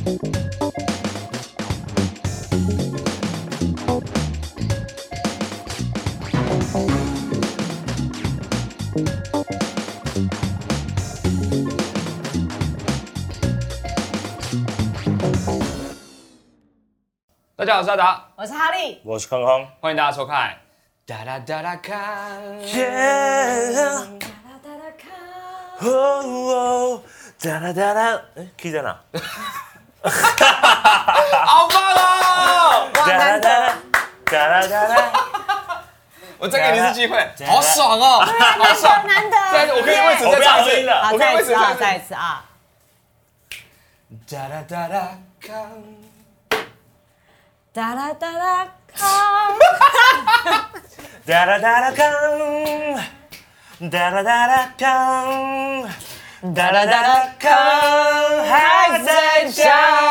大家好，我是阿达， 我是哈利， 我是康康， 欢迎大家收看。哒啦哒啦看， 哒啦哒啦，key 在哪？ 好棒哦！ 哇，难得， 哒啦哒啦， 我再给你一次机会，好爽哦！好爽， 难得， 再，我可以为此再唱一次， 好， 我可以为此再一次啊！ 哒啦哒啦看， 哒啦哒啦看， 哒啦哒啦看，哒啦哒啦看，哒啦哒啦看，还在唱。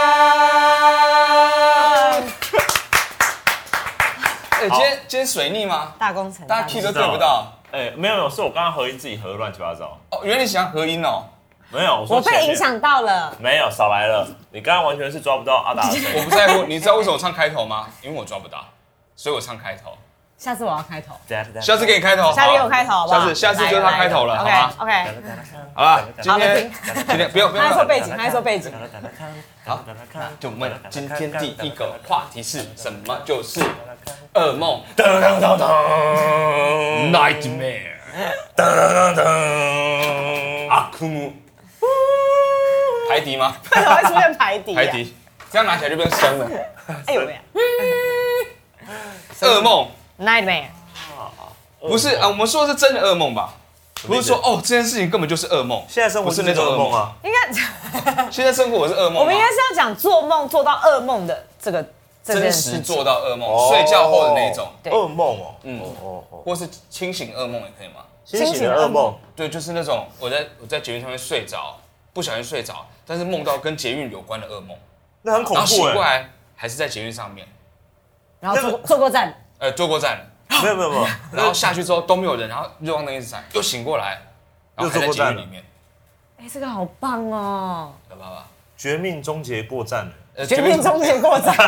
今天水逆吗？ 大工程， 大家 key 都对不到。 没有，是我刚刚合音自己合乱七八糟。 哦，原来你喜欢合音哦。 没有， 我被影响到了。 没有，少来了。你刚刚完全是抓不到阿达的声音。 我不在乎，你知道为什么我唱开头吗？因为我抓不到，所以我唱开头。 下次我要开头， 下次给你开头， 下次给我开头好不好？ 下次就是他开头了，好吗 ？OK， 好了，今天不用， 他在说背景，他在说背景。 好，就我们今天第一个话题是什么？就是噩梦 ，Nightmare， 阿库姆，排笛吗？ 为什么会出现排笛？ 排笛，这样拿起来就变声了。 哎呦喂！ 噩梦 Nightmare， 不是啊，我们说的是真的噩梦吧？不是说哦，这件事情根本就是噩梦。 现在生活是那种噩梦啊。 应该现在生活我是噩梦。 我们应该是要讲做梦做到噩梦的这件真事情。 实做到噩梦，睡觉后的那种。 噩梦哦， 或是清醒噩梦也可以吗？ 清醒的噩梦， 对，就是那种我在捷运上面睡着，不小心睡着，但是梦到跟捷运有关的噩梦， 那很恐然后醒怖过来还是在捷运上面， 然后坐过站， 坐过站了， 没有， 然后下去之后都没有人，然后日光灯一直闪，又醒过来，然后还在捷运里面， 哎，这个好棒哦！ 有办法？ 绝命终结过站了。 绝命终结过站。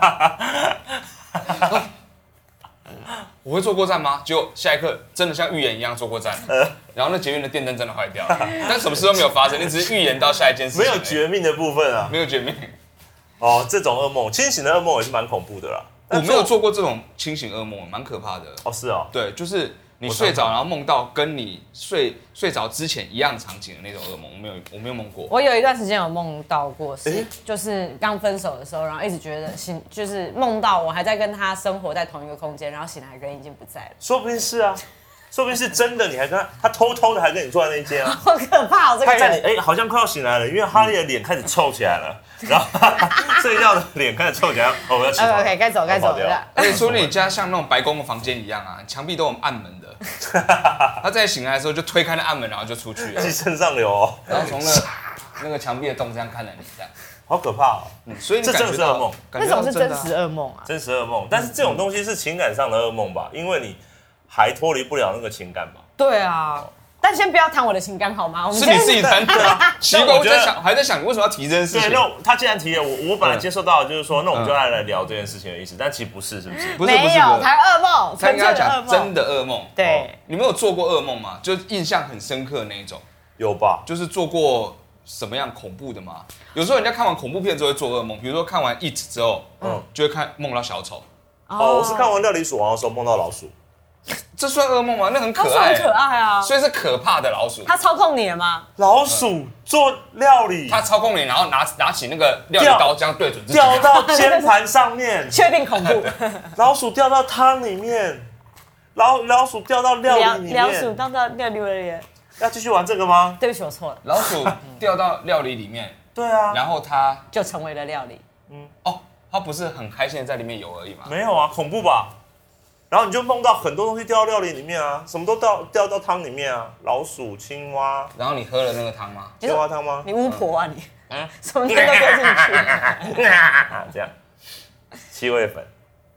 我会坐过站吗？结果下一刻真的像预言一样坐过站，然后那捷运的电灯真的坏掉了，但什么事都没有发生，你只是预言到下一件事情。 没有绝命的部分啊， 没有绝命。 哦，这种噩梦，清醒的噩梦也是蛮恐怖的啦。 我没有做过这种清醒噩梦，蛮可怕的。 哦，是哦。 对，就是你睡着然后梦到跟你睡着之前一样场景的那种噩梦，我没有梦过。 我有一段时间有梦到过，就是刚分手的时候，然后一直觉得就是梦到我还在跟他生活在同一个空间，然后醒来人已经不在了。 说不定是啊，说不定是真的，你还跟他偷偷的还跟你坐在那一间啊。 好可怕哦，这个人。 他在你好像快要醒来了，因为哈利的脸开始臭起来了，然后睡觉的脸开始臭起来，我要起床了。 OK， 该走了。 而且说你家像那种白宫的房间一样啊，墙壁都有暗门的。他在醒来的时候就推开那暗门，然后就出去了， 寄生上流哦， 然后从那个墙壁的洞这样看着你，这样好可怕哦。 所以你这真的是噩梦， 那种是真实噩梦啊， 真实噩梦。但是这种东西是情感上的噩梦吧，因为你还脱离不了那个情感吧。 对啊。但先不要谈我的情感好吗？ 是你自己谈的啊。奇怪，还在想你为什么要提这件事情。 对，那他既然提了，我本来接受到的就是说，那我们就来聊这件事情的意思，但其实不是，是不是？ 不是， 没有谈噩梦， 他应该讲真的噩梦。 对， 你们有做过噩梦吗？就印象很深刻的那一种。 有吧？ 就是做过什么样恐怖的吗？有时候人家看完恐怖片之后会做噩梦，比如说看完《It》之后，就会梦到小丑。 哦，我是看完《料理鼠王》的时候梦到老鼠。 这算噩梦吗？那很可爱， 很可爱啊， 所以是可怕的老鼠。 他操控你了吗？ 老鼠做料理， 他操控你，然后拿起那个料理刀，这样对准自己， 掉到煎盘上面， 确定恐怖。 老鼠掉到汤里面，老鼠掉到料理里面， 老鼠掉到料理里面。 要继续玩这个吗？ 对不起，我错了。 老鼠掉到料理里面， 对啊， 然后它就成为了料理。 它不是很开心的在里面游而已吗？ 没有啊，恐怖吧？然后你就梦到很多东西掉到料理里面啊，什么都掉到汤里面啊，老鼠、青蛙。 然后你喝了那个汤吗？ 青蛙汤吗？ 你巫婆啊你！什么东西都丢进去。 这样，七味粉。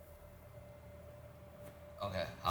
OK， 好。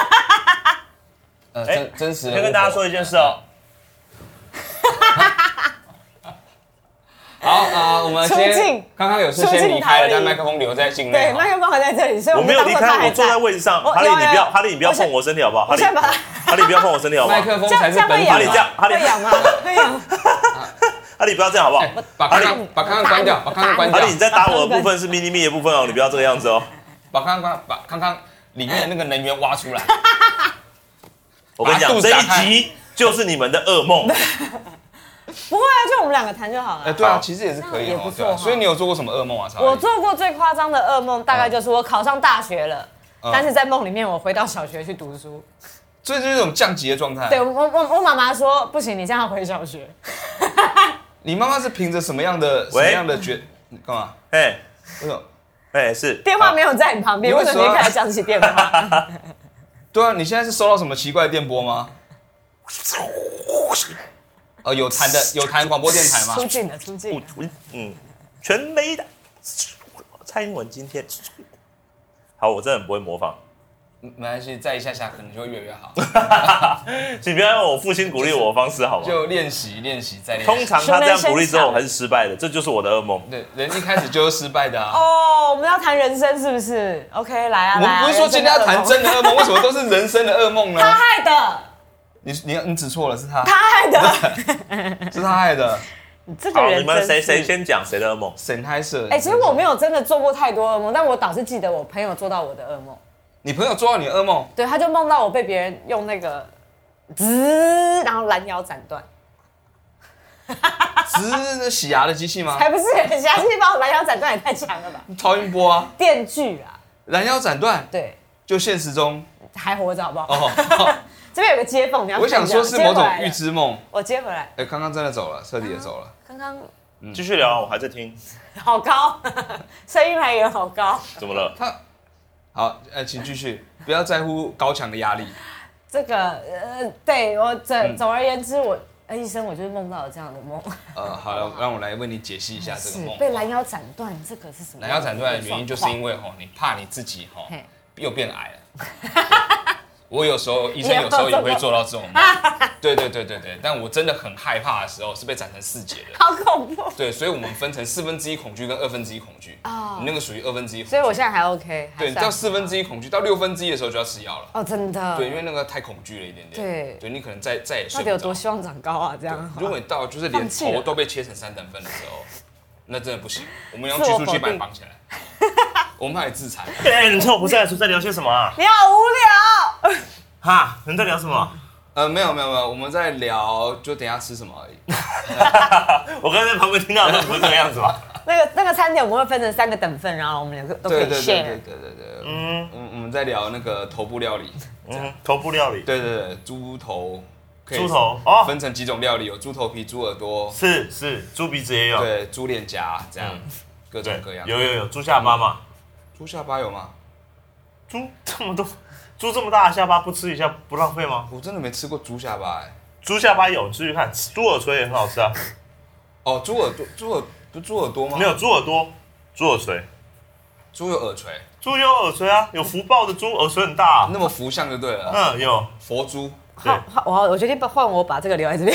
真实的。 先跟大家说一件事哦。 好我们先刚刚有事先离开了，但麦克风留在境内。 对，麦克风还在这里，所以我没有离开，我坐在位置上。哈利，你不要碰我身体好不好？哈利不要碰我身体好不好？ 麦克风才是本体。 哈利这样， 会痒吗？会痒。 哈利不要这样好不好？ 把康康关掉，把康康关掉。 哈利，你在打我的部分是咪咪的部分哦，你不要这个样子哦。 把康康里面的那个能源挖出来。 我跟你讲，这一集就是你们的噩梦。 不会啊，就我们2个谈就好了。 对啊，其实也是可以， 也不错。 所以你有做过什么噩梦啊？ 我做过最夸张的噩梦，大概就是我考上大学了，但是在梦里面我回到小学去读书。 所以就是这种降级的状态。 对我妈妈说不行，你这样回小学。 你妈妈是凭着什么样的你干嘛？ 哎， 为什么？ 哎，是电话没有在你旁边，为什么你开始讲起电话？ 对啊，你现在是收到什么奇怪的电波吗？有弹广播电台吗？ 出镜了。 全没的。蔡英文今天，好，我真的很不会模仿。 没关系，再一下可能就会越来越好。 请不要用我父亲鼓励我的方式，好吗？ 就练习，再练习。 通常他这样鼓励之后还是失败的，这就是我的噩梦。 对，人一开始就是失败的啊。 哦，我们要谈人生是不是 ？OK， 来啊！ 我们不是说今天要谈真的噩梦，为什么都是人生的噩梦呢？ 他害的。 你指错了，是他。 他害的。 是他害的。 好，你们谁先讲谁的噩梦？ 神拍摄。 其实我没有真的做过太多噩梦，但我倒是记得我朋友做到我的噩梦。 你朋友做到你的噩梦？ 对，他就梦到我被别人用那个然后拦腰斩断。 那洗牙的机器吗？ 才不是，洗牙机器把我拦腰斩断也太强了吧？ 超音波啊！ 电锯啊！ 拦腰斩断？ 对， 就现实中还活着好不好？这边有个接缝，你要。 我想说是某种预知梦。 我接回来。 刚刚真的走了，彻底的走了。 刚刚继续聊，我还在听。 好高，声音来源好高。 怎么了？ 好，请继续，不要在乎高强的压力。 这个对我总而言之，医生，我就是梦到了这样的梦。 好了，让我来为你解析一下这个梦。 被拦腰斩断，这个是什么？ 拦腰斩断的原因就是因为你怕你自己又变矮了。我医生有时候也会做到这种梦。对，但我真的很害怕的时候是被斩成4节的。 好恐怖。 对，所以我们分成1/4恐惧跟1/2恐惧。你那个属于1/2恐惧。 所以我现在还 OK。 对，到1/4恐惧，到1/6的时候就要吃药了。 哦，真的。 对，因为那个太恐惧了一点点。对，你可能再也睡不着。 到底有多希望长高啊？这样。 如果你到就是连头都被切成3等份的时候，那真的不行。我们用拘束器把你绑起来。我们怕你自残。 你趁我不在的时候在聊些什么啊？ 你好无聊。 哈，你在聊什么？ 没有，我们在聊，就等一下吃什么而已。 我刚才在旁边听到的不是这个样子吗？ 那个餐点我们会分成3个等份，然后我们2个都可以 share。 对。我们在聊那个头部料理。 头部料理。 对，猪头。 猪头分成几种料理，有猪头皮、猪耳朵。 是，猪鼻子也有。 对，猪脸颊这样，各种各样。 有猪下巴吗？ 猪下巴有吗？ 猪这么多。猪这么大的下巴不吃一下不浪费吗？ 我真的没吃过猪下巴猪下巴有，你继续看，猪耳垂也很好吃啊。 猪耳不是猪耳朵吗？ 没有猪耳朵，猪耳垂。 猪有耳垂。 猪有耳垂啊，有福报的猪耳垂很大。 那么福相就对了。 有佛猪。 好，我决定换我把这个留在这边。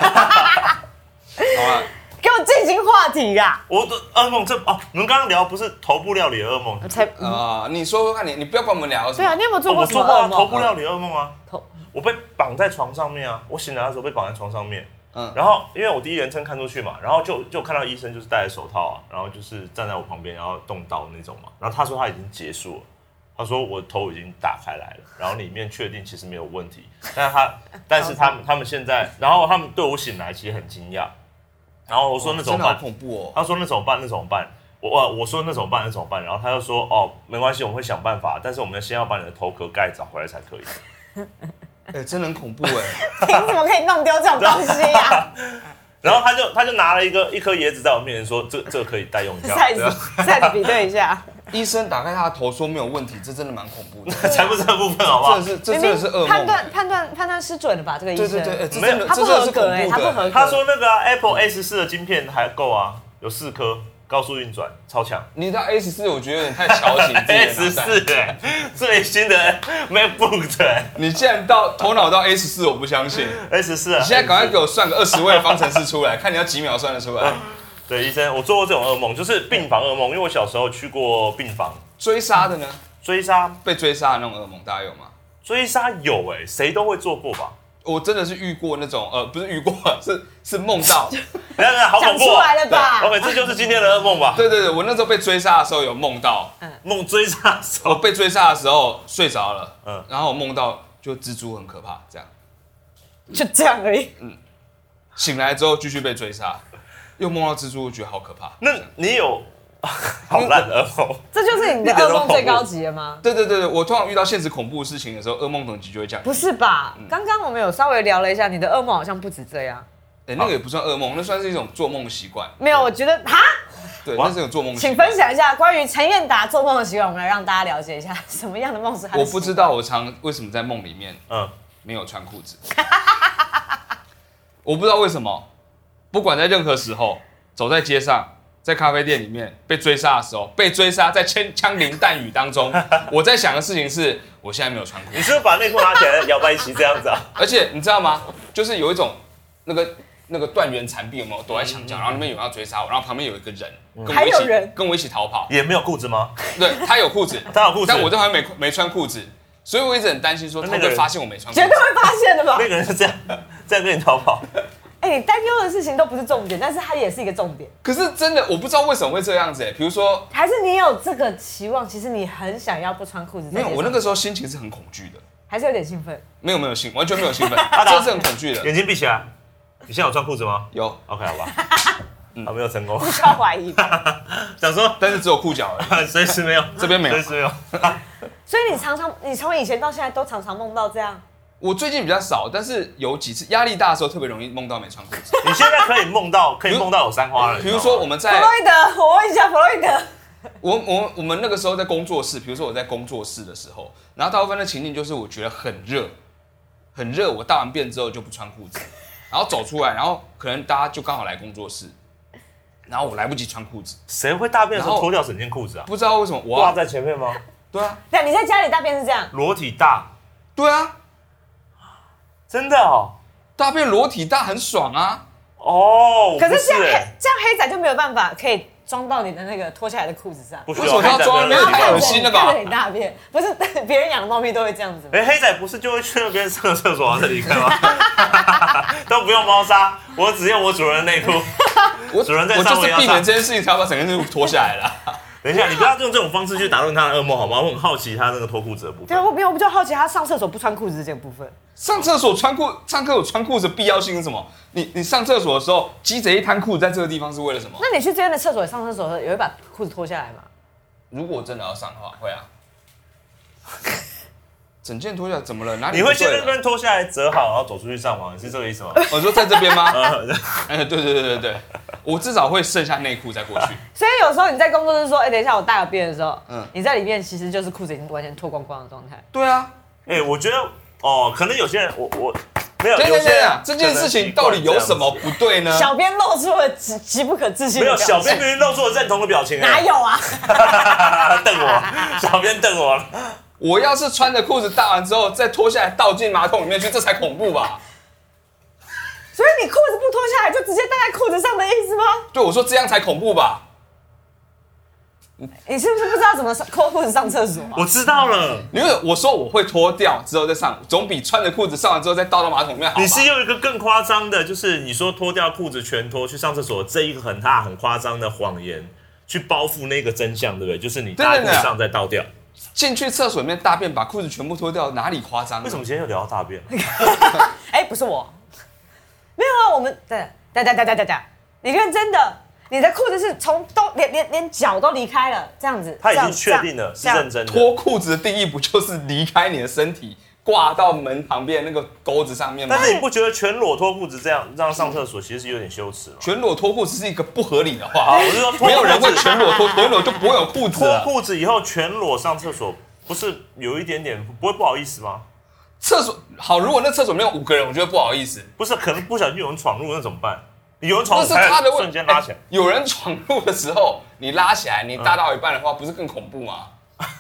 好了。 给我进行话题啦！ 我的噩梦你们刚刚聊不是头部料理的噩梦？ 你说说看，你不要管我们聊。 对啊，你有没有做过什么噩梦？头部料理噩梦啊！我被绑在床上面啊！我醒来的时候被绑在床上面。然后因为我第一人称看出去嘛，然后就看到医生就是戴着手套啊，然后就是站在我旁边，然后动刀那种嘛。然后他说他已经结束了，他说我头已经打开来了，然后里面确定其实没有问题。但是他们现在，然后他们对我醒来其实很惊讶。然后我说那怎么办？ 好恐怖哦！ 他说那怎么办？我说那怎么办？然后他就说没关系，我们会想办法，但是我们先要把你的头壳盖找回来才可以。 真的很恐怖哎！ 凭什么可以弄丢这种东西啊？ 然后他就拿了一颗椰子在我面前说，这个可以代用一下。 再比对一下。 医生打开他的头说没有问题，这真的蛮恐怖的。 才不是这部分好不好？ 这真的是噩梦。 判断失准了吧？这个医生。 对， 没有，他不合格他不合格。 他说那个Apple A14的晶片还够啊，有4颗。高速运转超强， 你到 A14我觉得有点太矫情。 A14最新的 MacBook 的， 你竟然头脑到 A14，我不相信。 A14， 你现在赶快给我算个20位方程式出来，看你要几秒算得出来。 对，医生，我做过这种噩梦，就是病房噩梦，因为我小时候去过病房。 追杀的呢？ 追杀被追杀的那种噩梦，大家有吗？ 追杀有谁都会做过吧？ 我真的是遇过那种不是遇过，是梦到。 等下，好恐怖！ 讲出来了吧 ？OK， 这就是今天的噩梦吧？ 对，我那时候被追杀的时候有梦到， 梦追杀的时候， 我被追杀的时候睡着了，然后我梦到就蜘蛛很可怕，这样， 就这样而已。 醒来之后继续被追杀，又梦到蜘蛛，我觉得好可怕。 那你有好烂的噩梦？ 这就是你的噩梦最高级了吗？ 对，我通常遇到现实恐怖的事情的时候，噩梦等级就会降低。 不是吧？刚刚我们有稍微聊了一下，你的噩梦好像不止这样。 那个也不算噩梦，那算是一种做梦习惯。 没有，我觉得哈。 对，那是有做梦。 请分享一下关于陈彦达做梦的习惯，我们来让大家了解一下什么样的梦是他的。 我不知道我为什么在梦里面没有穿裤子。我不知道为什么，不管在任何时候，走在街上，在咖啡店里面被追杀的时候，被追杀在枪林弹雨当中，我在想的事情是，我现在没有穿裤子。 你是不是把内裤拿起来摇摆起这样子啊？ 而且你知道吗？就是有一种那个断垣残壁有没有躲在墙角，然后那边有人要追杀我，然后旁边有一个人跟我一起逃跑， 也没有裤子吗？ 对，他有裤子，但我这好像没穿裤子，所以我一直很担心说他会发现我没穿裤子， 绝对会发现的吧？ 那个人是这样跟你逃跑。 你担忧的事情都不是重点，但是它也是一个重点。 可是真的我不知道为什么会这样子比如说， 还是你有这个期望，其实你很想要不穿裤子。 没有，我那个时候心情是很恐惧的， 还是有点兴奋。 没有完全没有兴奋，真是很恐惧的。 眼睛闭起来。你现在有穿裤子吗？ 有 ，OK， 好吧，没有成功， 不需要怀疑吧。 想说， 但是只有裤脚而已， 随时没有， 这边没有， 随时没有。 所以你从以前到现在都常常梦到这样。 我最近比较少，但是有几次压力大的时候特别容易梦到没穿裤子。 你现在可以梦到有3花了。 比如说我们在弗洛伊德，我问一下弗洛伊德。 我们那个时候在工作室，比如说我在工作室的时候，然后大部分的情境就是我觉得很热，我大完便之后就不穿裤子。然后走出来，然后可能大家就刚好来工作室，然后我来不及穿裤子。 谁会大便的时候脱掉整件裤子啊？ 不知道为什么我挂在前面吗？ 对啊。 对，你在家里大便是这样？ 裸体大。 对啊。 真的哦。 大便裸体大很爽啊。 哦。 可是这样黑仔就没有办法可以装到你的那个脱下来的裤子上。 为什么要装？那太恶心了吧？ 看着你大便，不是别人养的猫咪都会这样子。 黑仔不是就会去那边上厕所这里看吗？都不用猫砂，我只用我主人的内裤。主人在上面。 我就是避免这件事情才把整个内裤脱下来了。 等一下，你不要用这种方式去打断他的噩梦好吗？我很好奇他那个脱裤子的部分。 对，我比较好奇他上厕所不穿裤子这件部分。 上厕所穿裤子的必要性是什么？你上厕所的时候，鸡贼一摊裤子在这个地方是为了什么？ 那你去这边的厕所上厕所的时候，也会把裤子脱下来吗？ 如果真的要上的话，会啊。整件脱下来怎么了？哪里？ 你会先在那边脱下来折好，然后走出去上网，是这个意思吗？ 我说在这边吗？对，我至少会剩下内裤再过去。 所以有时候你在工作室说，等一下我大个便的时候，你在里面其实就是裤子已经完全脱光光的状态。 对啊， 我觉得可能有些人我没有。 这件事情到底有什么不对呢？ 小编露出了极不可置信的表情。 没有，小编明明露出了认同的表情。 哪有啊？ 瞪我，小编瞪我。 我要是穿着裤子大完之后再脱下来倒进马桶里面去，这才恐怖吧？ 所以你裤子不脱下来就直接戴在裤子上的意思吗？ 对，我说这样才恐怖吧？ 你是不是不知道怎么脱裤子上厕所我知道了， 因为我说我会脱掉之后再上，总比穿着裤子上完之后再倒到马桶里面好吧？ 你是用一个更夸张的，就是你说脱掉裤子全脱去上厕所这一个很大很夸张的谎言，去包覆那个真相，对不对？就是你大裤子上再倒掉。 进去厕所里面大便，把裤子全部脱掉，哪里夸张？ 为什么今天又聊到大便？ 不是我，没有啊，我们对，你认真的，你的裤子是从连脚都离开了，这样子， 他已经确定了是认真的。 脱裤子的定义不就是离开你的身体，挂到门旁边那个钩子上面吗？ 但是你不觉得全裸脱裤子这样上厕所其实是有点羞耻吗？ 全裸脱裤子是一个不合理的话， 我是说没有人会全裸全裸就不会有裤子了。 脱裤子以后全裸上厕所，不是有一点点不会不好意思吗？ 厕所好，如果那厕所没有5个人，我觉得不好意思。 不是，可能不小心有人闯入，那怎么办？有人闯入， 那是他的瞬间拉起来。 有人闯入的时候，你拉起来，你大到一半的话，不是更恐怖吗？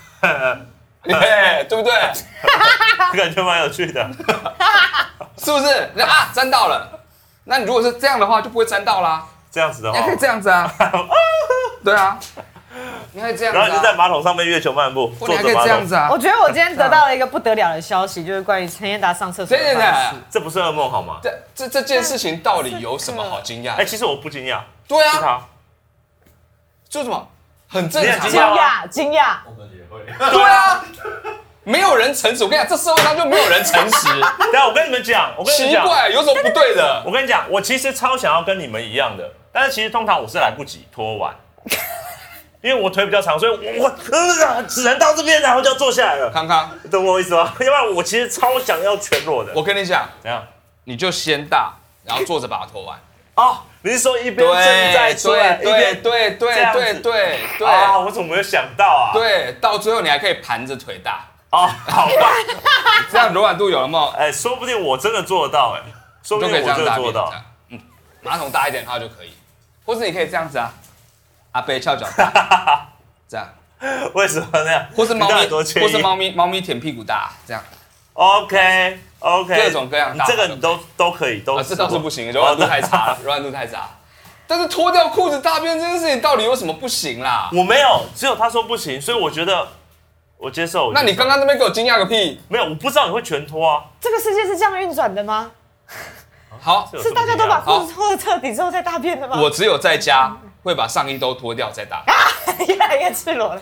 对不对？ 感觉蛮有趣的， 是不是？沾到了。那你如果是这样的话，就不会沾到啦。 这样子的话， 你还可以这样子啊，对啊，你还可以这样子、啊， 然后你就在马桶上面月球漫步， 你还可以这样子啊。 我觉得我今天得到了一个不得了的消息，就是关于陈彦达上厕所的方式。 这不是噩梦好吗？ 这件事情到底有什么好惊讶？ 其实我不惊讶。 对啊， 是他， 就什么很正常， 惊讶， 我们也会。 对啊。没有人诚实，我跟你讲，这社会上就没有人诚实。 对啊，我跟你们讲， 奇怪，有什么不对的？ 我跟你讲，我其实超想要跟你们一样的，但是其实通常我是来不及拖完，因为我腿比较长，所以我只能到这边，然后就要坐下来了。 康康， 懂我意思吗？要不然我其实超想要全裸的。 我跟你讲， 怎样？ 你就先大，然后坐着把它拖完。 哦，你是说一边正在出来，一边对啊！我怎么没有想到啊？ 对，到最后你还可以盘着腿大。 哦，好吧， 这样柔软度有了吗？ 说不定我真的做得到，说不定我真的做得到。 马桶大一点的话就可以，或是你可以这样子啊，阿贝翘脚大，这样。 为什么那样？ 或是猫咪舔屁股大，这样。 OK， 各种各样大， 这个你都可以， 这倒是不行，柔软度太差了，柔软度太差。但是脱掉裤子大便这件事情到底有什么不行啦？ 我没有，只有他说不行，所以我觉得我接受。 那你刚刚那边给我惊讶个屁？ 没有，我不知道你会全脱啊。 这个世界是这样运转的吗？ 好， 是大家都把裤子脱得彻底之后再大便的吗？ 我只有在家会把上衣都脱掉再大。 越来越赤裸了。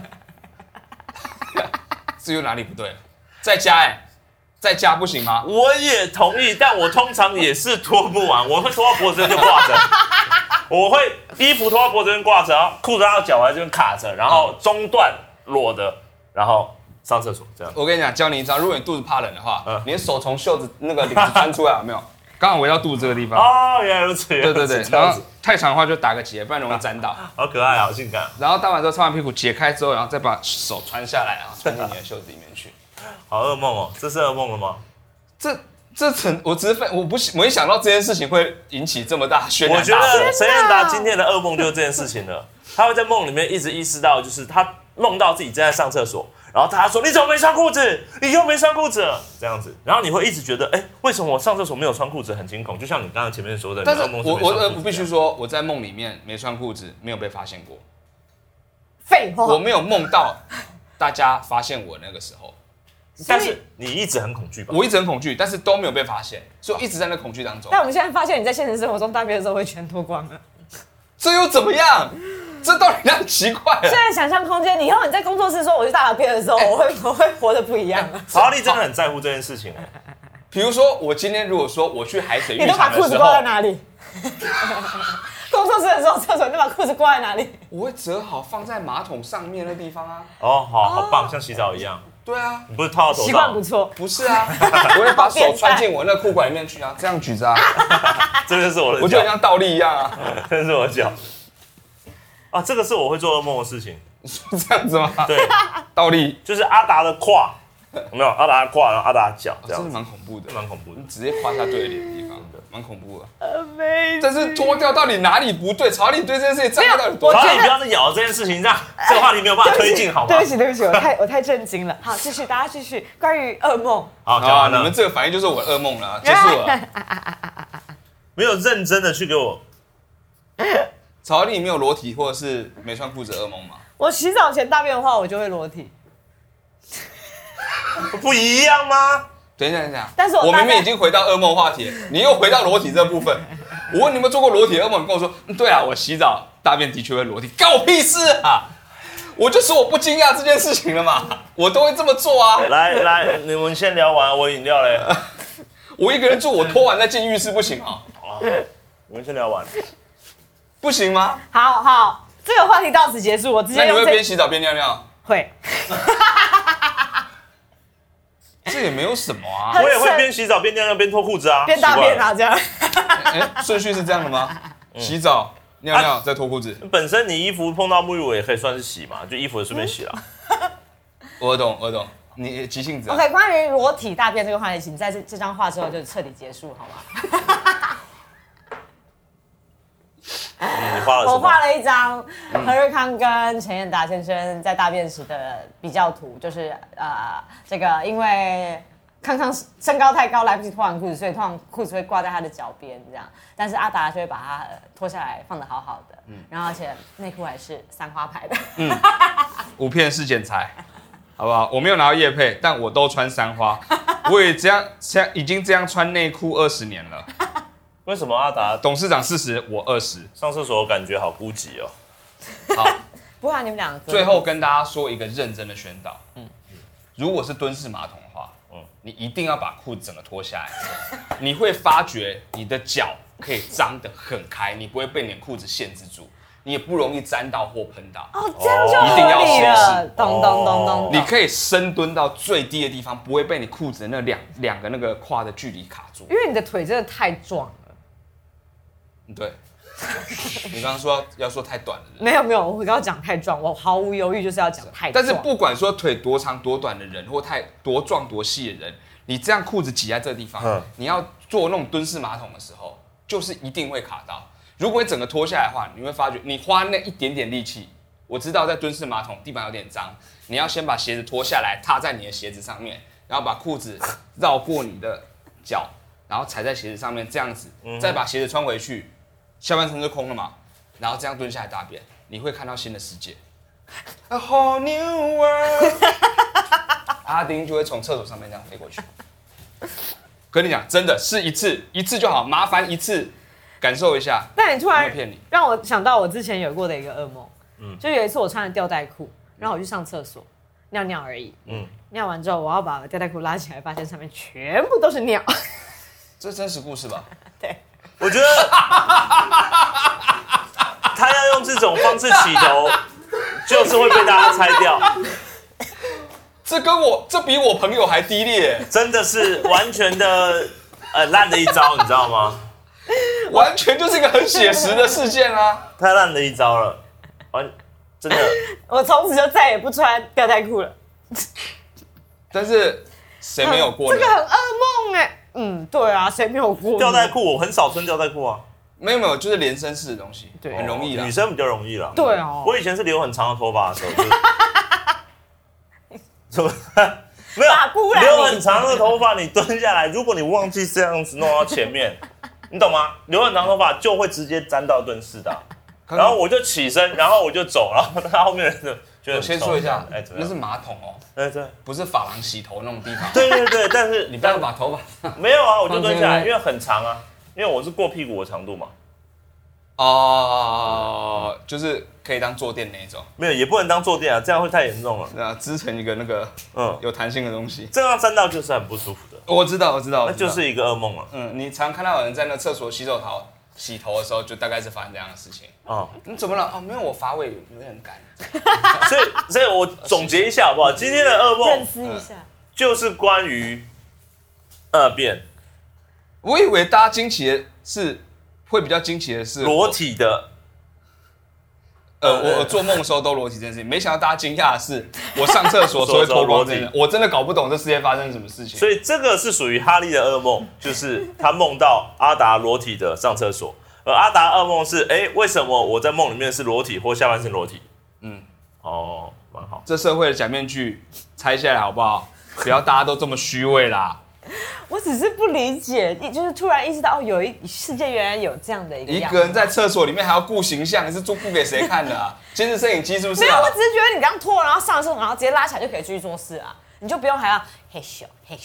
这又哪里不对了？在家在家不行吗？ 我也同意，但我通常也是脱不完，我会脱到脖子这边就挂着，我会衣服脱到脖子这边挂着，然后裤子到脚踝这边卡着，然后中段裸的，然后上厕所这样。 我跟你讲，教你一招，如果你肚子怕冷的话，你的手从袖子那个领子穿出来，有没有？刚好围到肚子这个地方。 哦，原来如此。 对，然后太长的话就打个结，不然容易沾到。 好可爱，好性感。 然后搭完之后，擦完屁股解开之后，然后再把手穿下来，然后穿进你的袖子里面去。 好噩梦哦，这是噩梦了吗？ 我一想到这件事情会引起这么大轩然大波。 我觉得陈彦达今天的噩梦就是这件事情了。他会在梦里面一直意识到，就是他梦到自己正在上厕所，然后他说：“你怎么没穿裤子？你又没穿裤子。”这样子，然后你会一直觉得，为什么我上厕所没有穿裤子很惊恐？就像你刚刚前面说的， 但是我必须说，我在梦里面没穿裤子，没有被发现过。 废话， 我没有梦到大家发现我那个时候。 但是你一直很恐惧吧？ 我一直很恐惧，但是都没有被发现，所以我一直在那恐惧当中。 但我们现在发现你在现实生活中大便的时候会全脱光了， 这又怎么样？这到底让奇怪了。 现在想象空间，以后你在工作室说我去大便的时候，我会活得不一样。 曹丽真的很在乎这件事情。 比如说，我今天如果说我去海水浴场的时候， 你都把裤子挂在哪里？工作室的时候，厕所你把裤子挂在哪里？ 我会折好放在马桶上面的地方啊。 哦，好棒，像洗澡一样。 对啊， 你不是套到头上？ 习惯不错。 不是啊，我会把手穿进我那裤管里面去啊，这样举着啊。 这就是我的脚， 我觉得像倒立一样啊。 这是我的脚。啊，这个是我会做噩梦的事情。 这样子吗？ 对， 倒立就是阿达的胯，有没有？阿达的胯，然后阿达的脚，这样真的蛮恐怖的， 蛮恐怖的。 你直接胯下对脸的地方，蛮恐怖的。但是脱掉到底哪里不对？曹丽对这件事情站到底多？ 曹丽，你不要再咬这件事情，这样这个话题没有办法推进，好吗？ 对不起，我太震惊了。好，继续，大家继续关于噩梦。 好，讲完了。 你们这个反应就是我噩梦了，结束了。 没有认真的去给我。 曹丽没有裸体或者是没穿裤子噩梦吗？ 我洗澡前大便的话，我就会裸体。 不一样吗？ 等一下。 但是我明明已经回到噩梦话题，你又回到裸体这部分。我问你有没有做过裸体噩梦，你跟我说，对啊，我洗澡大便的确会裸体，干我屁事啊！我就说我不惊讶这件事情了嘛，我都会这么做啊。 来，你们先聊完，我饮料嘞。 我一个人住，我脱完再进浴室不行啊？ 你们先聊完， 不行吗？ 好，这个话题到此结束。我直接那你会边洗澡边尿尿？ 会。 这也没有什么啊。 我也会边洗澡边尿尿边脱裤子啊， 边大便啊，这样。 顺序是这样的吗？洗澡、尿尿再脱裤子。 本身你衣服碰到沐浴乳也可以算是洗嘛，就衣服也顺便洗了。 我懂。你急性子。 OK， 关于裸体大便这个话题，请在这张画之后就彻底结束，好吗？ 你画了什么？ 我画了一张何日康跟陈彦达先生在大便时的比较图，就是这个因为康康身高太高，来不及脱完裤子，所以通常裤子会挂在他的脚边这样。但是阿达就会把它脱下来放得好好的，然后而且内裤还是3花牌的。 5片式剪裁，好不好？我没有拿到业配，但我都穿3花，我也已经这样穿内裤20年了。 为什么阿达董事长40，我20， 上厕所感觉好孤寂哦。 好， 不然你们两个最后跟大家说一个认真的宣导，如果是蹲式马桶的话，你一定要把裤子整个脱下来，你会发觉你的脚可以张得很开，你不会被你的裤子限制住，你也不容易沾到或喷到。 哦，这样就合理了，懂。 你可以深蹲到最低的地方，不会被你裤子的那两个那个胯的距离卡住。 因为你的腿真的太壮了。 对，你刚刚说要说太短了。 没有，我刚刚讲太壮，我毫无犹豫就是要讲太壮。 但是不管说腿多长多短的人，或多壮多细的人，你这样裤子挤在这个地方，你要做那种蹲式马桶的时候，就是一定会卡到。如果你整个脱下来的话，你会发觉你花那一点点力气，我知道在蹲式马桶地板有点脏，你要先把鞋子脱下来，踏在你的鞋子上面，然后把裤子绕过你的脚，然后踩在鞋子上面，这样子，再把鞋子穿回去。下半身就空了嘛，然后这样蹲下来大便，你会看到新的世界。A whole new world 阿丁就会从厕所上面这样飞过去。跟你讲，真的是一次就好，麻烦一次感受一下。 但你突然骗你， 让我想到我之前有过的一个噩梦。就有一次我穿着吊带裤，然后我去上厕所尿尿而已。尿完之后我要把吊带裤拉起来，发现上面全部都是尿。 这是真实故事吧？ 对。 我觉得他要用这种方式起头，就是会被大家猜掉。 这比我朋友还低劣， 真的是完全的烂的一招，你知道吗？ 完全就是一个很写实的事件啊！ 太烂的一招了，真的。 我从此就再也不穿吊带裤了。 但是谁没有过呢？ 这个很噩梦哎。对啊，谁没有过吊带裤？我很少穿吊带裤啊。 没有，就是连身式的东西，对，很容易啦。 女生比较容易啦。 对哦。 我以前是留很长的头发的时候，就是没有留很长的头发，你蹲下来，如果你忘记这样子弄到前面，你懂吗？留很长头发就会直接沾到蹲式的，然后我就起身，然后我就走，然后他后面人就我先说一下，那是马桶哦， 对， 不是发廊洗头那种地方。 对，但是你不要把头发没有啊，我就蹲下来，因为很长啊，因为我是过屁股的长度嘛。 哦，就是可以当坐垫那一种。 没有，也不能当坐垫啊，这样会太严重了。 对啊，织成一个那个有弹性的东西， 这样沾到就是很不舒服的。 我知道， 那就是一个噩梦了。 你常看到有人在那厕所洗头的时候，就大概是发生这样的事情。你怎么了？没有，我发尾有点干。 所以我总结一下好不好？今天的噩梦认识一下， 就是关于二便。 我以为大家惊奇的是，会比较惊奇的是裸体的。 我做梦的时候都裸体这件事情，没想到大家惊讶的是，我上厕所所以脱光这件事，我真的搞不懂这世界发生什么事情。 所以这个是属于哈利的噩梦，就是他梦到阿达裸体的上厕所，而阿达噩梦是，为什么我在梦里面是裸体或下半身裸体？蛮好。 这社会的假面具拆下来好不好？不要大家都这么虚伪啦。 我只是不理解，就是突然意识到世界原来有这样的一个人在厕所里面还要顾形象，你是顾给谁看的啊？监视摄影机是不是？ 没有，我只是觉得你刚脱了，然后上了厕所，然后直接拉起来就可以继续做事啊，你就不用还要嘿咻。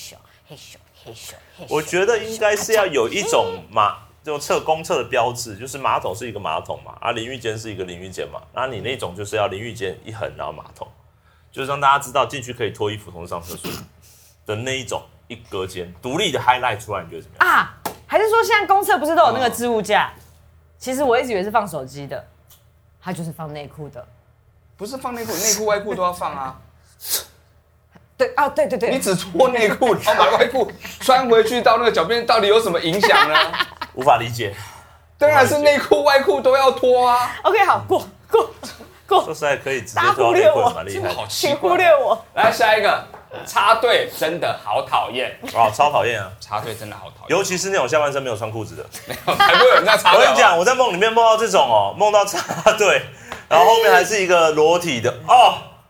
我觉得应该是要有一种这种公厕的标志，就是马桶是一个马桶嘛，淋浴间是一个淋浴间嘛，那你那种就是要淋浴间一横，然后马桶，就是让大家知道进去可以脱衣服同时上厕所的那一种。一隔间独立的 highlight 出来，你觉得怎么样啊？ 还是说现在公厕不是都有那个置物架？其实我一直以为是放手机的，它就是放内裤的。 不是放内裤，内裤外裤都要放啊。 对， 你只脱内裤，然后把外裤穿回去到那个脚边，到底有什么影响呢？ 无法理解。 当然是内裤外裤都要脱啊。 OK， 好，过。 说实在可以直接脱内裤，蛮厉害。 请忽略我。 来下一个。插队真的好讨厌超讨厌啊！ 插队真的好讨厌， 尤其是那种下半身没有穿裤子的， 没有，还不会有人在插队。 我跟你讲，我在梦里面梦到这种梦到插队，然后后面还是一个裸体的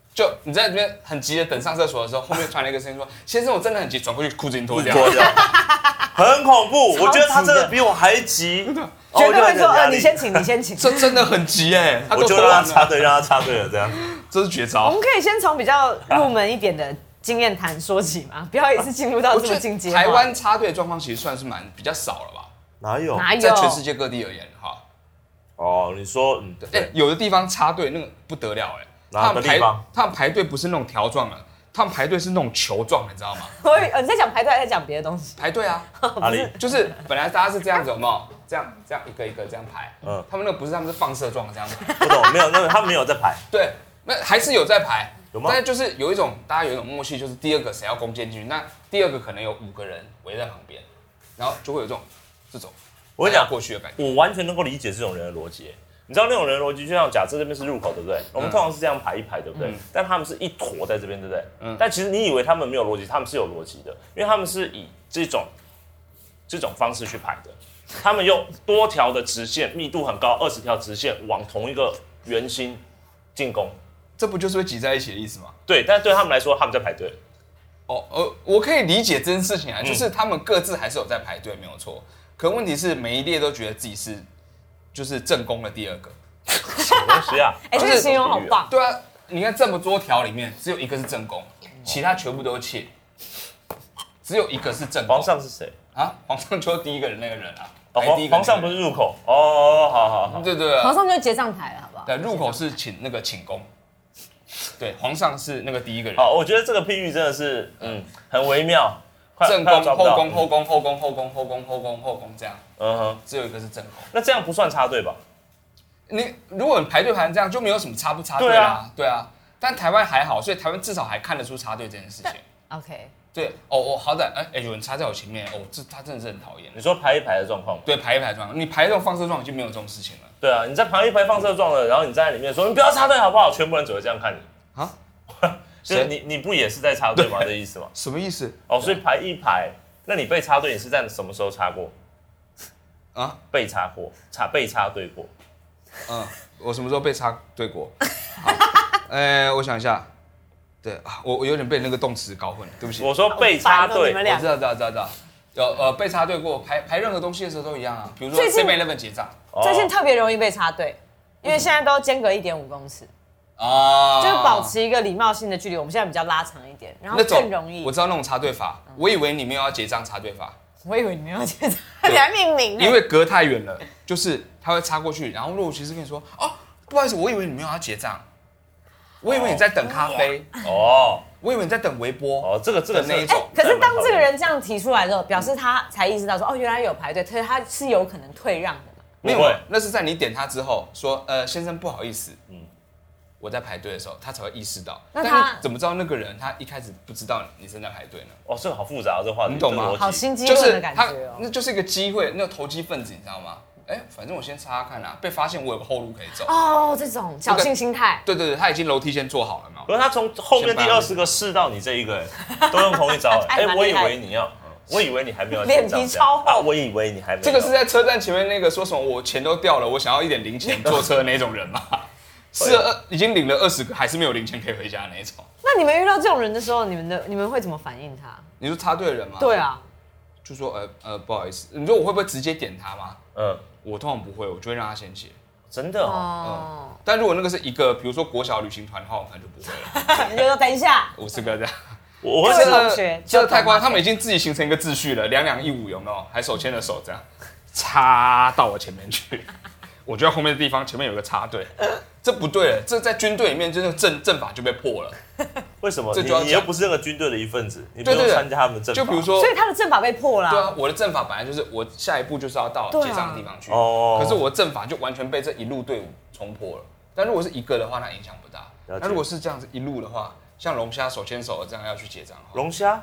就你在那边很急的等上厕所的时候，后面传来一个声音说：“先生，我真的很急。”转过去，裤子已经脱掉， 很恐怖。我觉得他真的比我还急， 绝对会说：“你先请，你先请。” 这真的很急哎， 我就让他插队，让他插队了，这样这是绝招。 我们可以先从比较入门一点的经验谈说起嘛，不要一次进入到这么进阶。 台湾插队的状况其实算是比较少了吧？ 哪有？ 在全世界各地而言，哈。 哦，你说， 有的地方插队那个不得了哎。 哪个地方？ 他们排队不是那种条状的，他们排队是那种球状的，你知道吗？ 你在讲排队还是在讲别的东西？ 排队啊， 哪里？ 就是本来大家是这样子，有没有？这样一个一个这样排。他们那个不是，他们是放射状的这样排。 不懂，没有，那个他们没有在排。 对，那还是有在排。 有吗？ 但是就是有一种大家有一种默契，就是第二个谁要攻坚进去，那第二个可能有5个人围在旁边，然后就会有这种我跟你讲过去的感觉。 我完全能够理解这种人的逻辑。你知道那种人的逻辑，就像假设这边是入口，对不对？我们通常是这样排一排，对不对？但他们是一坨在这边，对不对？但其实你以为他们没有逻辑，他们是有逻辑的，因为他们是以这种方式去排的。他们用多条的直线，密度很高，20条直线往同一个圆心进攻。 这不就是会挤在一起的意思吗？ 对，但对他们来说，他们在排队。 我可以理解这件事情啊，就是他们各自还是有在排队，没有错。可问题是每一列都觉得自己就是正攻的第二个， 什么东西啊？ 这个形容好棒。 对啊，你看这么多条里面，只有一个是正攻，其他全部都是窃，只有一个是正攻。 皇上是谁啊？皇上就是第一个人那个人啊。 皇上不是入口哦，好。 对。 皇上就是结账台了，好不好？ 对，入口是请功。对，皇上是那个第一个人。 好，我觉得这个譬喻真的是很微妙。 正攻、后攻、后攻、后攻、后攻、后攻、后攻、后攻这样。只有一个是正攻。 那这样不算插队吧？ 如果你排队排成这样，就没有什么插不插队啊。对啊。但台湾还好，所以台湾至少还看得出插队这件事情。 OK。 对我好歹有人插在我前面他真的是很讨厌。 你说排一排的状况？ 对，排一排状况，你排这种放射状已经没有这种事情了。 对啊，你在排一排放射状的，然后你站在里面说你不要插队好不好？全部人只会这样看你啊。就是你不也是在插队吗？这意思吗？ 什么意思？ 所以排一排，那你被插队，你是在什么时候插过？啊？被插过，被插队过。 我什么时候被插队过？我想一下。对啊，我有点被那个动词搞混了，对不起。 我说被插队， 我知道。有被插队过，排任何东西的时候都一样啊。比如说 7-11 结账， 最近特别容易被插队，因为现在都间隔1.5公尺。就是保持一个礼貌性的距离，我们现在比较拉长一点，然后更容易。 我知道那种插队法，我以为你们要结账插队法。 我以为你们要结账，你还命名。 因为隔太远了，就是他会插过去，然后如果其实跟你说不好意思，我以为你们要结账，我以为你在等咖啡我以为你在等微波这个那一种。 可是当这个人这样提出来之后，表示他才意识到说原来有排队，可是他是有可能退让的嘛？ 没有，那是在你点他之后说先生不好意思，我在排队的时候，他才会意识到。那他怎么知道那个人他一开始不知道你正在排队呢？ 这个好复杂，这话题你懂吗？ 好心机论的感觉那就是一个机会，那个投机分子，你知道吗？反正我先插看啊，被发现我有个后路可以走。 这种侥幸心态。 对，他已经楼梯先做好了嘛。 可是他从后面第20个试到你这一个，都用同一招。我以为你要，我以为你还没有脸皮超厚。 我以为你还没有。 这个是在车站前面那个说什么我钱都掉了，我想要一点零钱坐车的那种人嘛？是已经领了20个，还是没有零钱可以回家的那种。 那你们遇到这种人的时候，你们会怎么反应他？ 你说插队的人吗？ 对啊， 就说不好意思，你说我会不会直接点他吗？我通常不会，我就会让他先写。 真的但如果那个是一个，比如说国小旅行团的话，我可能就不会了。 你就说等一下 ，50个这样。 我会这太夸张，他们已经自己形成一个秩序了，2两1-5有没有？还手牵着手这样，插到我前面去。我觉得后面的地方前面有个插队，这不对了，这在军队里面真的阵法就被破了。 为什么？你又不是那个军队的一份子，你不用参加他们的阵法。 就比如说， 所以他的阵法被破了。 对啊，我的阵法本来就是我下一步就是要到结账的地方去，可是我的阵法就完全被这一路队伍冲破了。但如果是一个的话，那影响不大。那如果是这样子一路的话，像龙虾手牵手这样要去结账。 龙虾？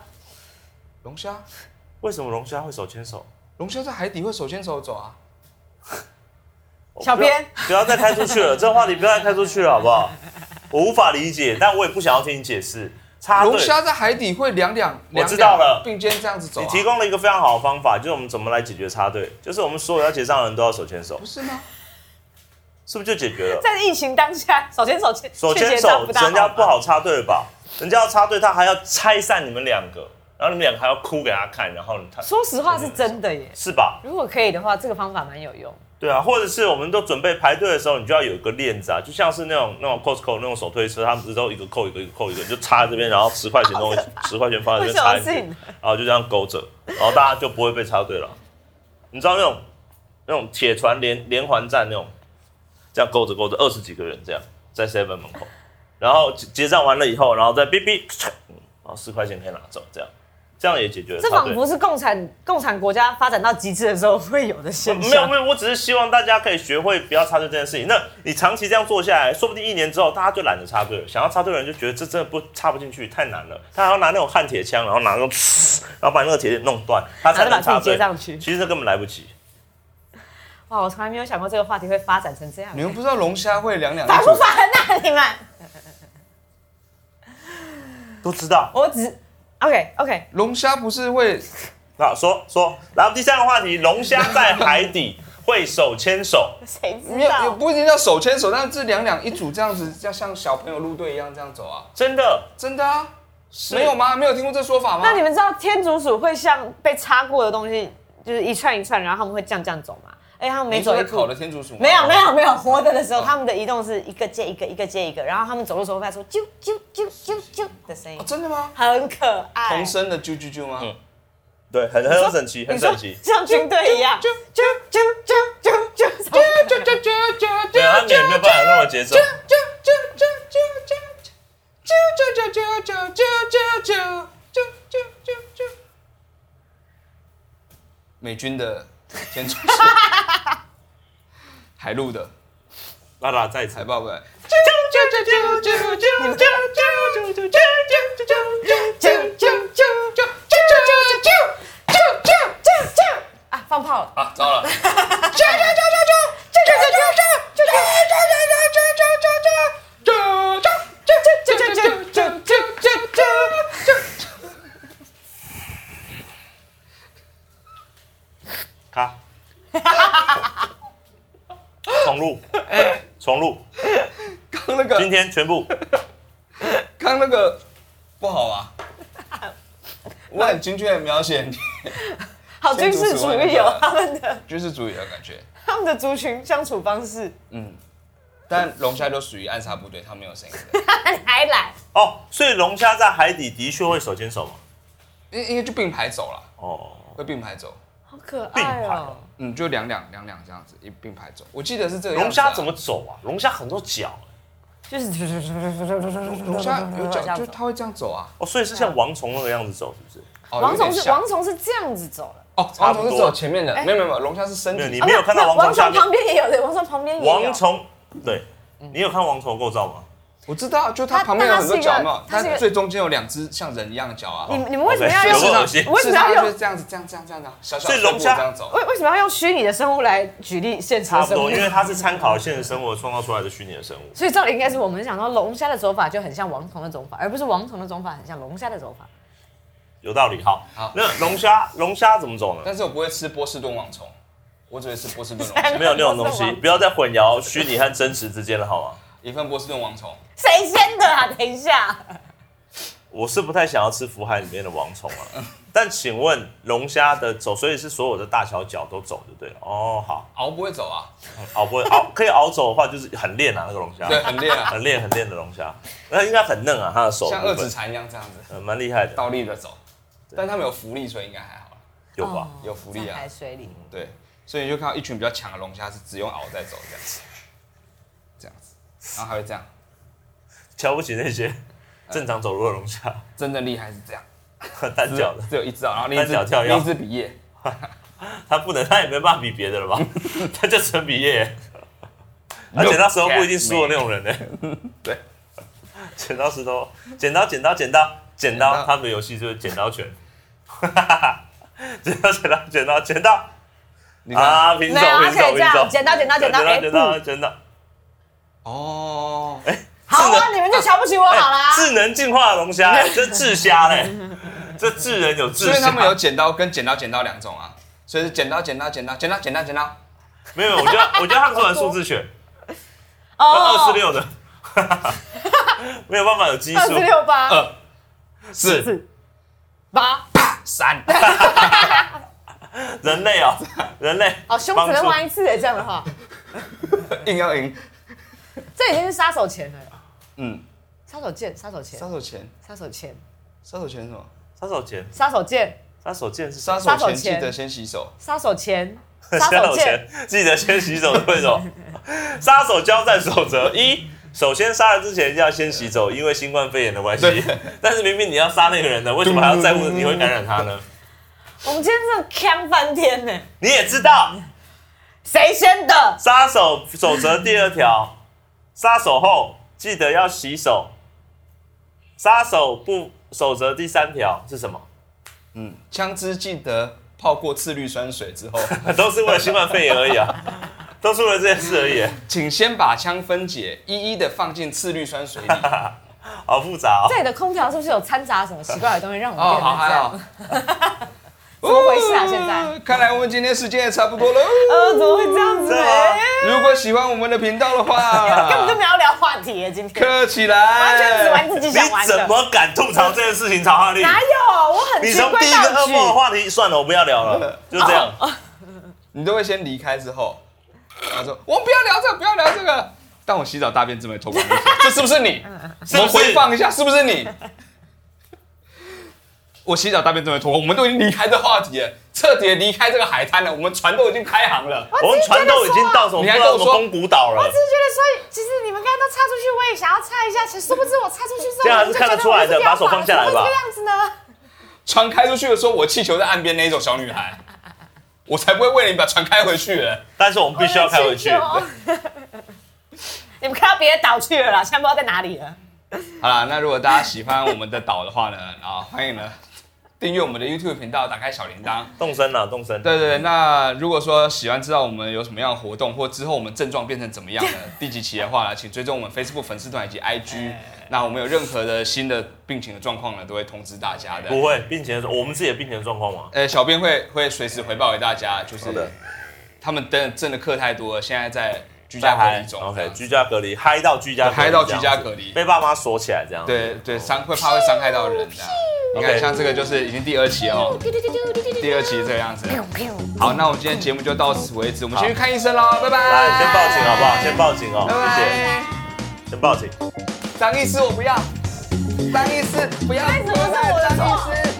为什么龙虾会手牵手？龙虾在海底会手牵手走啊。 小编， 不要再开出去了，这个话题不要再开出去了，好不好？我无法理解，但我也不想要听你解释。 龙虾在海底会两我知道了， 并肩这样子走。 你提供了一个非常好的方法，就是我们怎么来解决插队，就是我们所有要结账的人都要手牵手， 不是吗？ 是不是就解决了？ 在疫情当下，手牵手， 人家不好插队了吧？人家要插队，他还要拆散你们两个，然后你们两个还要哭给他看，然后他说实话是真的耶， 是吧？ 如果可以的话，这个方法蛮有用。 对啊，或者是我们都准备排队的时候，你就要有一个链子啊，就像是那种 Costco 那种手推车，他们不是都一个扣一个，一个扣一个，就插在这边，然后10块钱10块钱放在这边插进去，然后就这样勾着，然后大家就不会被插队了。你知道那种铁船连环站那种，这样勾着20几个人这样在 7 门口，然后结账完了以后，然后再哔哔，然后10块钱可以拿走，这样也解决了。 这仿佛是共产国家发展到极致的时候会有的现象。 没有，我只是希望大家可以学会不要插队这件事情。那你长期这样做下来，说不定1年之后大家就懒得插队了。想要插队的人就觉得这真的插不进去，太难了。他还要拿那种焊铁枪，然后拿那种，然后把那个铁链弄断，他才能插队。 接上去。 其实这根本来不及。 哇，我从来没有想过这个话题会发展成这样。 你们不知道龙虾会两烦不烦啊你们？ 都知道。 我只。OK， 龙虾不是会说，然后第3个话题，龙虾在海底会手牵手， 谁知道？ 也不一定要手牵手，但是这两一组这样子，要像小朋友路队一样这样走啊！ 真的啊，没有吗？没有听过这说法吗？ 那你们知道天竺鼠会像被插过的东西，就是一串一串，然后他们会这样走吗？他们每走一步。 烤的天竺鼠吗？ 没有，活着的时候，他们的移动是一个接一个，一个接一个，然后他们走的时候会发出啾啾啾啾啾的声音。 真的吗？ 很可爱。 同声的啾啾啾吗？ 对，很整齐，很整齐， 像军队一样。啾啾啾啾啾啾啾啾啾啾啾。 对，他们也没有办法那么节奏。啾啾啾啾啾啾啾啾啾啾啾啾啾啾啾。 美军的天竺鼠，海陆的， 拉在海豹的。 啊，放炮了！ 啊，糟了！ 卡，重录。 刚那个， 今天全部。 刚那个不好啊！我很精确的描写你。 好军事主义哦，他们的军事主义的感觉， 他们的族群相处方式。 但龙虾都属于暗杀部队，它没有声音的。你还来？ 哦，所以龙虾在海底的确会手牵手吗？ 应该就并排走了。 哦， 会并排走。 好可爱哦。 就两两这样子一并排走。我记得是这个样子。 龙虾怎么走啊？龙虾很多脚。 就是龙虾有脚，就它会这样走啊。 哦，所以是像王虫那个样子走，是不是？ 王虫是这样子走的。 哦，王虫是走前面的，没有，龙虾是身体。 你没有看到王虫下面？ 旁边也有的，王虫旁边也有。 王虫，对，你有看王虫的构造吗？ 我知道，就它旁边有很多脚嘛，它最中间有2只像人一样的脚啊。 你们为什么要用？为什么要用这样子，小所以龙虾这样走。 为什么要用虚拟的生物来举例现实的生物？ 差不多，因为它是参考现实生活创造出来的虚拟的生物。 所以照理应该是我们想到龙虾的走法就很像王虫的走法，而不是王虫的走法很像龙虾的走法。 有道理，好。那龙虾怎么走呢？ 但是我不会吃波士顿王虫，我只会吃波士顿龙虾。 没有那种东西，不要再混淆虚拟和真实之间了，好吗？ 一份波士顿王虫。 谁先的啊？等一下。 我是不太想要吃福海里面的王虫啊。但请问龙虾的走，所以是所有的大小脚都走就对了。哦，好。 熬不会走啊？ 熬不会熬，可以熬走的话就是很练啊，那个龙虾。 对，很练啊， 很练的龙虾。那应该很嫩啊，它的手像二指禅一样这样子， 蛮厉害的， 倒立的走。但他们有浮力，所以应该还好。 有吧？ 有浮力啊， 在海水里。 对，所以你就看到一群比较强的龙虾是只用熬在走这样子，然后还会这样。 瞧不起那些正常走路的龙虾， 真正厉害是这样， 单脚的， 只有一只，然后另一只比耶， 他不能，他也没办法比别的了吧？他就只能比耶，而且那时候不一定输的那种人呢。 对， 剪刀石头，剪刀，他们的游戏就是剪刀拳，剪刀，啊，平手，剪刀， 哦， 好啊，你们就瞧不起我好啦。 智能进化的龙虾，这智虾嘞，这智人有智虾。 所以他们有剪刀跟剪刀2种啊，所以是剪刀。没有，我觉得他们是玩数字拳， 246的，没有办法有基数。 268、 4、 8、 3。 人类哦，人类哦，凶只能玩一次哎，这样的话， 硬要赢。 这已经是杀手钳了。 嗯， 杀手钳，杀手钳， 杀手钳， 杀手钳， 杀手钳是什么？ 杀手钳， 杀手钳， 杀手钳是杀手钳，记得先洗手。 杀手钳， 杀手钳，记得先洗手。为什么？杀手交战守则1：首先杀人之前要先洗手，因为新冠肺炎的关系。但是明明你要杀那个人呢，为什么还要在乎你会感染他呢？ 我们今天真的呛翻天呢！ 你也知道谁先的？ 杀手守则第2条，杀手后记得要洗手。杀手不守则第3条是什么？ 枪支记得泡过次氯酸水之后， 都是为了新冠肺炎而已啊，都是为了这件事而已。 请先把枪分解，一一的放进次氯酸水里。 好复杂哦。 这里的空调是不是有掺杂什么奇怪的东西，让我们变成这还样？怎么回事啊？现在看来我们今天时间也差不多了。 怎么会这样子呢？ 如果喜欢我们的频道的话， 根本就没有聊话题耶，今天客起来， 完全只玩自己想玩的。 你怎么敢吐槽这件事情，曹哈利？ 哪有？我很你从第一个噩梦的话题，算了，我不要聊了，就这样。 你都会先离开之后，他说我们不要聊这个，不要聊这个。但我洗澡大便这么偷光，这是不是你？我们回放一下，是不是你？我洗澡大便这么脱，我们都已经离开这话题了，彻底离开这个海滩了。我们船都已经开航了， 我们船都已经到什么？你还跟我说宫古岛了？ 我只是觉得说，其实你们刚才都插出去，我也想要插一下。殊不知我插出去之后， 这样还是看得出来的。把手放下来吧。 这个样子呢？ 船开出去的时候，我气球在岸边那种小女孩，我才不会为了你把船开回去了。 但是我们必须要开回去。 你们开到别的岛去了啦，现在不知道在哪里了。 好啦，那如果大家喜欢我们的岛的话呢，欢迎呢订阅我们的 YouTube 频道，打开小铃铛， 动身了，动身。 对对，那如果说喜欢知道我们有什么样的活动，或之后我们症状变成怎么样的第几期的话呢，请追踪我们 Facebook 粉丝团以及 IG。那我们有任何的新的病情的状况呢，都会通知大家的。 不会，病情的我们自己的病情的状况吗？ 小编会随时回报给大家，就是他们真的课太多了，现在在居家隔离中。 OK， 居家隔离，嗨到居家隔离，被爸妈锁起来这样。 对对，怕会伤害到人这样。你看，像这个就是已经第2期哦，第2期这个样子。好，那我们今天节目就到此为止，我们先去看医生喽，拜拜。 来，先报警好不好？先报警哦， 谢谢。先报警。 张医师，我不要。张医师，不要。 为什么是我的错？